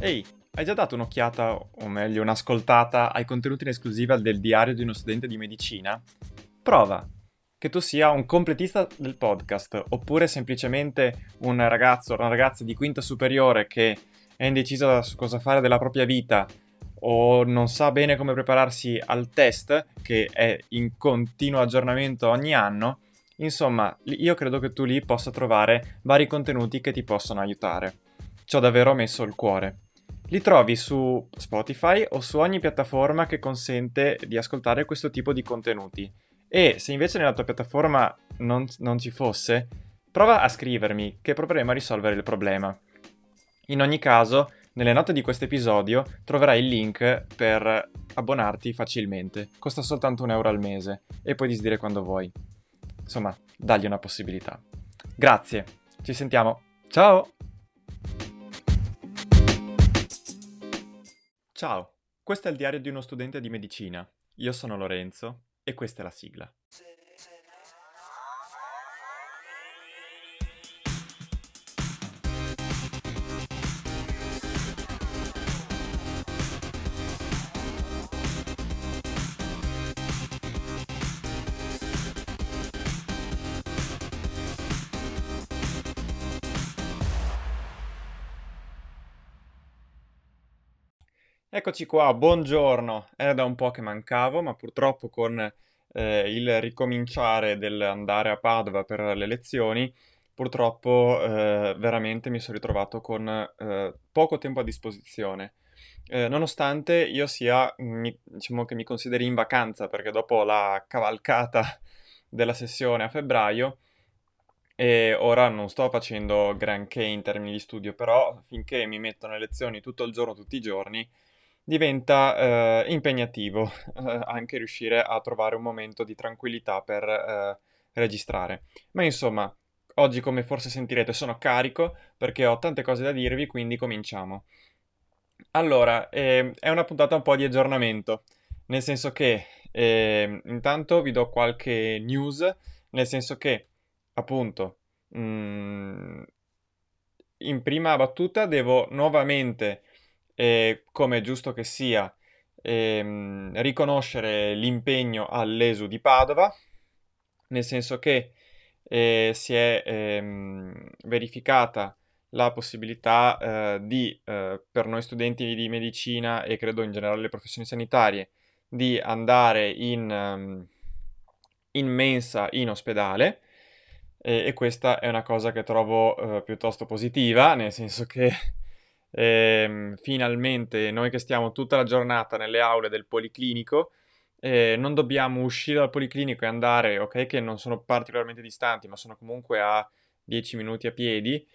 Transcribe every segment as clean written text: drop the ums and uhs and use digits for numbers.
Ehi, hai già dato un'occhiata, o meglio un'ascoltata, ai contenuti in esclusiva del diario di uno studente di medicina? Prova che tu sia un completista del podcast, oppure semplicemente un ragazzo o una ragazza di quinta superiore che è indecisa su cosa fare della propria vita o non sa bene come prepararsi al test, che è in continuo aggiornamento ogni anno. Insomma, io credo che tu lì possa trovare vari contenuti che ti possono aiutare. Ci ho davvero messo il cuore. Li trovi su Spotify o su ogni piattaforma che consente di ascoltare questo tipo di contenuti. E se invece nella tua piattaforma non ci fosse, prova a scrivermi che proveremo a risolvere il problema. In ogni caso, nelle note di questo episodio troverai il link per abbonarti facilmente. Costa soltanto 1 euro al mese e puoi disdire quando vuoi. Insomma, dagli una possibilità. Grazie, ci sentiamo. Ciao! Ciao, questo è il diario di uno studente di medicina. Io sono Lorenzo e questa è la sigla. Eccoci qua, buongiorno. Era da un po' che mancavo, ma purtroppo con il ricominciare dell'andare a Padova per le lezioni, purtroppo veramente mi sono ritrovato con poco tempo a disposizione. Nonostante io sia, diciamo che mi consideri in vacanza, perché dopo la cavalcata della sessione a febbraio, e ora non sto facendo granché in termini di studio, però finché mi metto nelle lezioni tutto il giorno, tutti i giorni, diventa impegnativo anche riuscire a trovare un momento di tranquillità per registrare. Ma insomma, oggi come forse sentirete sono carico perché ho tante cose da dirvi, quindi cominciamo. Allora, è una puntata un po' di aggiornamento, nel senso che intanto vi do qualche news, nel senso che appunto mm, in prima battuta devo nuovamente, come è giusto che sia, riconoscere l'impegno all'ESU di Padova, nel senso che si è verificata la possibilità per noi studenti di medicina e credo in generale le professioni sanitarie, di andare in mensa in ospedale e questa è una cosa che trovo piuttosto positiva, nel senso che finalmente noi che stiamo tutta la giornata nelle aule del policlinico non dobbiamo uscire dal policlinico e andare, ok, che non sono particolarmente distanti, ma sono comunque a 10 minuti a piedi.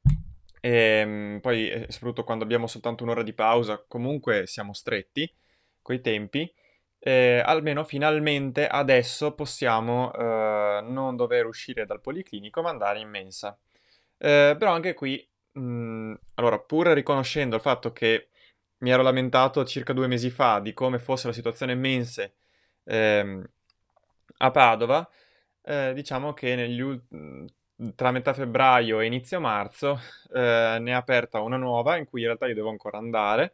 Poi, soprattutto quando abbiamo soltanto un'ora di pausa, comunque siamo stretti coi tempi. Almeno finalmente adesso possiamo non dover uscire dal policlinico ma andare in mensa. Però anche qui, allora, pur riconoscendo il fatto che mi ero lamentato circa 2 mesi fa di come fosse la situazione mense ehm, a Padova, diciamo che tra metà febbraio e inizio marzo ne è aperta una nuova in cui in realtà io devo ancora andare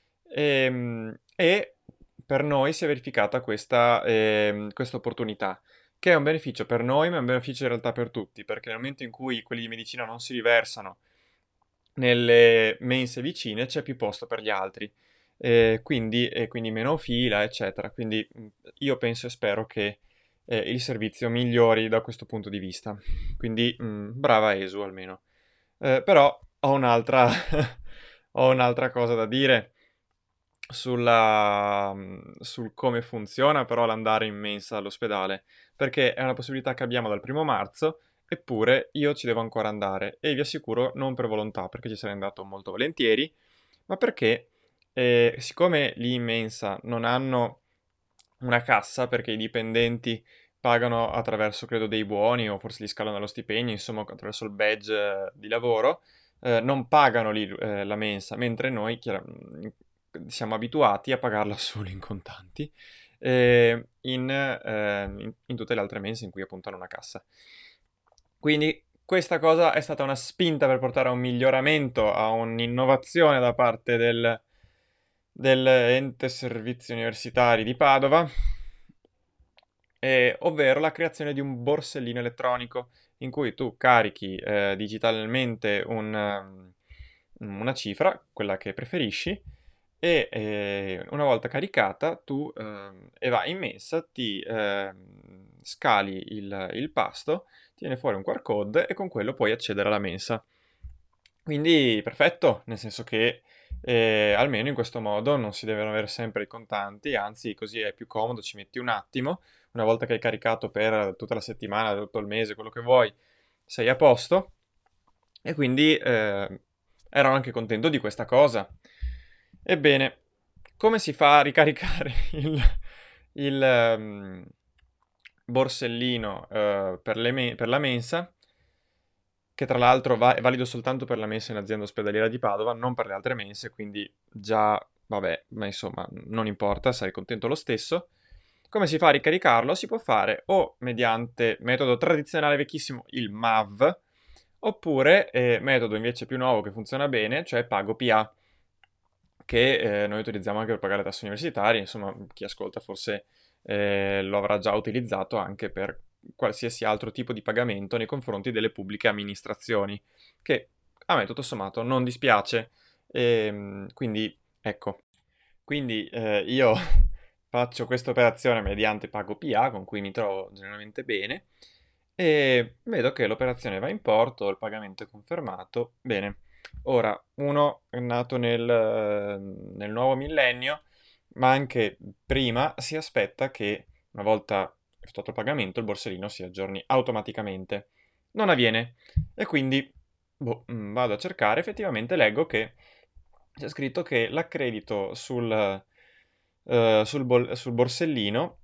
e per noi si è verificata questa opportunità, che è un beneficio per noi, ma è un beneficio in realtà per tutti, perché nel momento in cui quelli di medicina non si riversano nelle mense vicine c'è più posto per gli altri, quindi meno fila, eccetera. Quindi io penso e spero che il servizio migliori da questo punto di vista. Quindi brava Esu almeno. Però ho un'altra ho un'altra cosa da dire sul come funziona però l'andare in mensa all'ospedale, perché è una possibilità che abbiamo dal 1° marzo, eppure io ci devo ancora andare e vi assicuro non per volontà, perché ci sarei andato molto volentieri, ma perché siccome lì in mensa non hanno una cassa, perché i dipendenti pagano attraverso, credo, dei buoni o forse li scalano allo stipendio, insomma attraverso il badge di lavoro, non pagano lì la mensa, mentre noi siamo abituati a pagarla solo in contanti, in tutte le altre mense in cui appunto hanno una cassa. Quindi questa cosa è stata una spinta per portare a un miglioramento, a un'innovazione da parte dell'ente servizi universitari di Padova, ovvero la creazione di un borsellino elettronico in cui tu carichi digitalmente una cifra, quella che preferisci, e una volta caricata tu e vai in mensa, ti scali il pasto, ti viene fuori un QR code e con quello puoi accedere alla mensa. Quindi perfetto, nel senso che almeno in questo modo non si devono avere sempre i contanti, anzi così è più comodo, ci metti un attimo, una volta che hai caricato per tutta la settimana, tutto il mese, quello che vuoi, sei a posto. E quindi ero anche contento di questa cosa. Ebbene, come si fa a ricaricare il borsellino per la mensa? Che tra l'altro è valido soltanto per la mensa in azienda ospedaliera di Padova, non per le altre mense, quindi già, vabbè, ma insomma, non importa, sei contento lo stesso. Come si fa a ricaricarlo? Si può fare o mediante metodo tradizionale vecchissimo, il MAV, oppure metodo invece più nuovo che funziona bene, cioè Pago PA, che noi utilizziamo anche per pagare le tasse universitarie, insomma, chi ascolta forse lo avrà già utilizzato anche per qualsiasi altro tipo di pagamento nei confronti delle pubbliche amministrazioni, che a me tutto sommato non dispiace. Quindi, ecco, quindi io faccio questa operazione mediante Pago PA, con cui mi trovo generalmente bene, e vedo che l'operazione va in porto, il pagamento è confermato. Bene, ora, uno è nato nel nuovo millennio, ma anche prima si aspetta che una volta effettuato il pagamento il borsellino si aggiorni automaticamente. Non avviene e quindi vado a cercare, effettivamente leggo che c'è scritto che l'accredito sul borsellino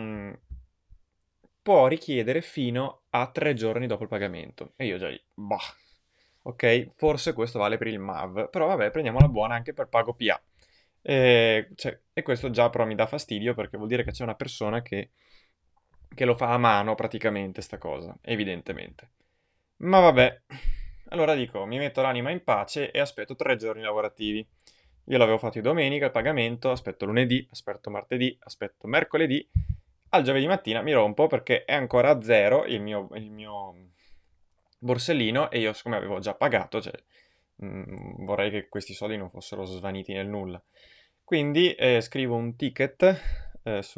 può richiedere fino a 3 giorni dopo il pagamento. E io già lì, bah, ok, forse questo vale per il MAV, però vabbè, prendiamo la buona anche per Pago PA. E questo già però mi dà fastidio perché vuol dire che c'è una persona che lo fa a mano praticamente sta cosa, evidentemente. Ma vabbè, allora dico, mi metto l'anima in pace e aspetto 3 giorni lavorativi. Io l'avevo fatto di domenica il pagamento, aspetto lunedì, aspetto martedì, aspetto mercoledì. Al giovedì mattina mi rompo perché è ancora a zero il mio borsellino e io siccome avevo già pagato, cioè, vorrei che questi soldi non fossero svaniti nel nulla. Quindi scrivo un ticket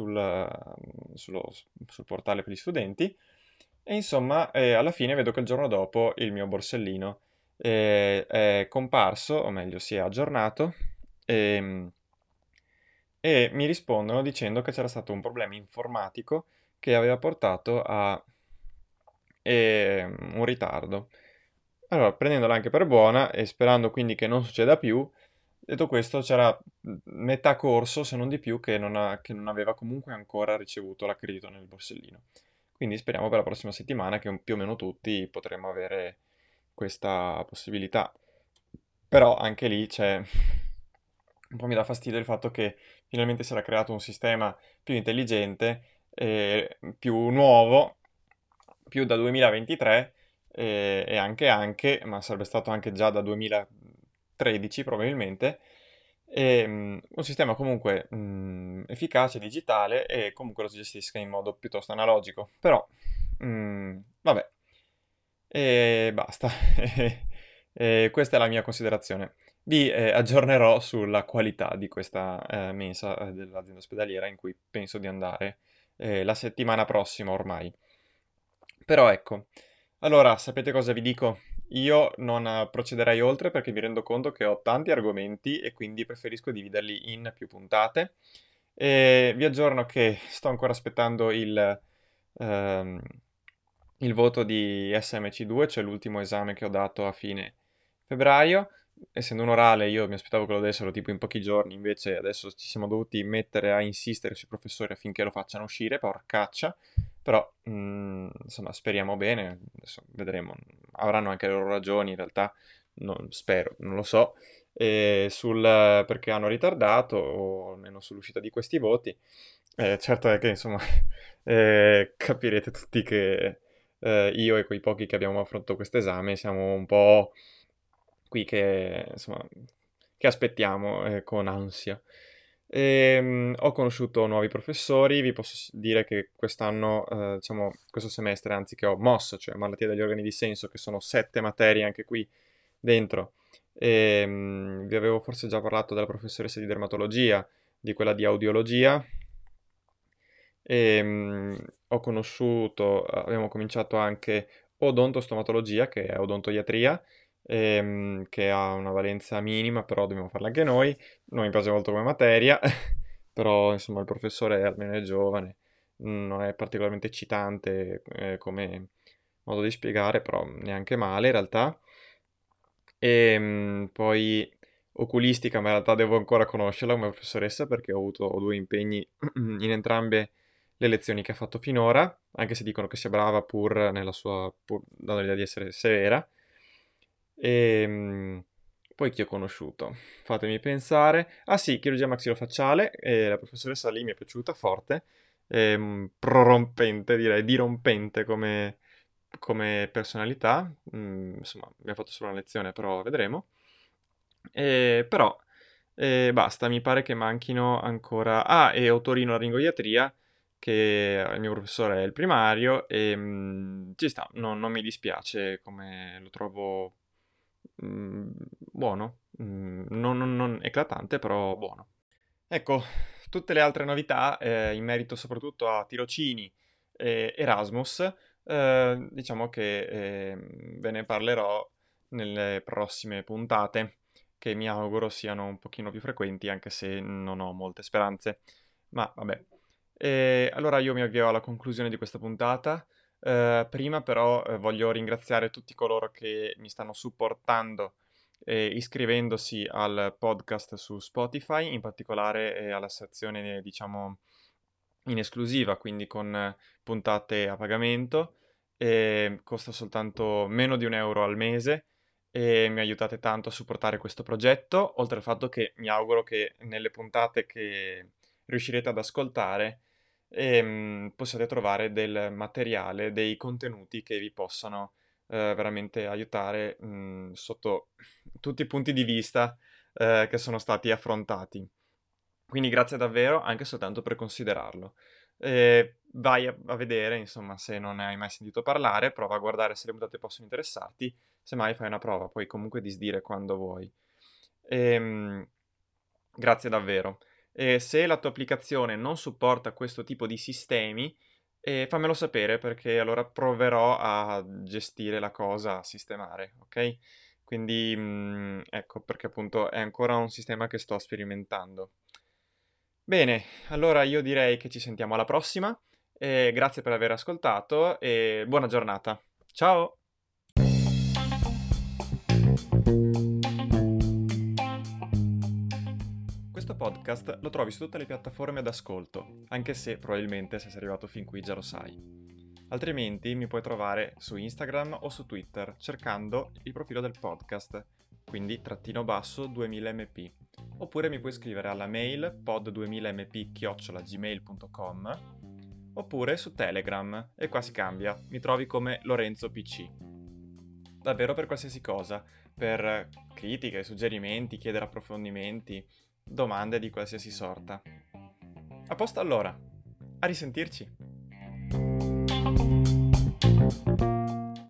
sul portale per gli studenti e insomma alla fine vedo che il giorno dopo il mio borsellino è comparso, o meglio si è aggiornato, e, e mi rispondono dicendo che c'era stato un problema informatico che aveva portato a un ritardo. Allora, prendendola anche per buona e sperando quindi che non succeda più, detto questo, c'era metà corso, se non di più, che non aveva comunque ancora ricevuto l'accredito nel borsellino. Quindi speriamo per la prossima settimana che più o meno tutti potremo avere questa possibilità. Però anche lì c'è un po' mi dà fastidio il fatto che finalmente si era creato un sistema più intelligente, più nuovo, più da 2023 e anche, ma sarebbe stato anche già da 2013 probabilmente, un sistema comunque efficace, digitale e comunque lo si gestisca in modo piuttosto analogico. Però, vabbè, e basta. E questa è la mia considerazione. Vi aggiornerò sulla qualità di questa mensa dell'azienda ospedaliera in cui penso di andare la settimana prossima ormai. Però ecco, allora sapete cosa vi dico? Io non procederei oltre perché mi rendo conto che ho tanti argomenti e quindi preferisco dividerli in più puntate. E vi aggiorno che sto ancora aspettando ehm, il voto di SMC2, cioè l'ultimo esame che ho dato a fine febbraio. Essendo un orale, io mi aspettavo che lo dessero tipo in pochi giorni, invece adesso ci siamo dovuti mettere a insistere sui professori affinché lo facciano uscire, porcaccia. Però, insomma, speriamo bene, adesso vedremo. Avranno anche le loro ragioni, in realtà, spero, non lo so, perché hanno ritardato, o almeno sull'uscita di questi voti. Certo è che, insomma, capirete tutti che io e quei pochi che abbiamo affrontato questo esame siamo un po' qui che, insomma, che aspettiamo con ansia. Ho conosciuto nuovi professori, vi posso dire che quest'anno, diciamo, questo semestre, anzi, che ho mosso, cioè malattia degli organi di senso, che sono 7 materie anche qui dentro. Vi avevo forse già parlato della professoressa di dermatologia, di quella di audiologia. Ho conosciuto, abbiamo cominciato anche odontostomatologia, che è odontoiatria, che ha una valenza minima, però dobbiamo farla anche noi. Non mi piace molto come materia, però insomma il professore almeno è giovane, non è particolarmente eccitante come modo di spiegare, però neanche male in realtà. Poi oculistica, ma in realtà devo ancora conoscerla come professoressa perché ho avuto 2 impegni in entrambe le lezioni che ha fatto finora, anche se dicono che sia brava pur dando l'idea di essere severa. Ehm, Poi chi ho conosciuto? Fatemi pensare. Ah sì, chirurgia maxillofacciale, la professoressa lì mi è piaciuta forte, prorompente direi, dirompente come personalità. Insomma, abbiamo fatto solo una lezione, però vedremo. Però basta, mi pare che manchino ancora... Ah, e otorinolaringoiatria, che il mio professore è il primario, e ci sta, non mi dispiace, come lo trovo buono, non eclatante, però buono. Ecco, tutte le altre novità, in merito soprattutto a tirocini e Erasmus, diciamo che ve ne parlerò nelle prossime puntate, che mi auguro siano un pochino più frequenti, anche se non ho molte speranze. Ma vabbè. Allora io mi avvio alla conclusione di questa puntata. Prima però voglio ringraziare tutti coloro che mi stanno supportando iscrivendosi al podcast su Spotify, in particolare alla sezione, diciamo, in esclusiva, quindi con puntate a pagamento. Costa soltanto meno di 1 euro al mese e mi aiutate tanto a supportare questo progetto, oltre al fatto che mi auguro che nelle puntate che riuscirete ad ascoltare possiate trovare del materiale, dei contenuti che vi possano veramente aiutare sotto tutti i punti di vista che sono stati affrontati. Quindi grazie davvero, anche soltanto per considerarlo. Vai a vedere, insomma, se non ne hai mai sentito parlare, prova a guardare se le puntate possono interessarti, semmai fai una prova, puoi comunque disdire quando vuoi. Ehm, Grazie davvero. E se la tua applicazione non supporta questo tipo di sistemi, fammelo sapere perché allora proverò a gestire la cosa, a sistemare, ok? Quindi, ecco, perché appunto è ancora un sistema che sto sperimentando. Bene, allora io direi che ci sentiamo alla prossima. Grazie per aver ascoltato e buona giornata. Ciao! Questo podcast lo trovi su tutte le piattaforme d'ascolto, anche se probabilmente se sei arrivato fin qui già lo sai. Altrimenti mi puoi trovare su Instagram o su Twitter cercando il profilo del podcast, quindi _ 2000mp. Oppure mi puoi scrivere alla mail pod2000mp@gmail.com oppure su Telegram e qua si cambia, mi trovi come Lorenzo PC. Davvero per qualsiasi cosa, per critiche, suggerimenti, chiedere approfondimenti, domande di qualsiasi sorta. A posto allora, a risentirci!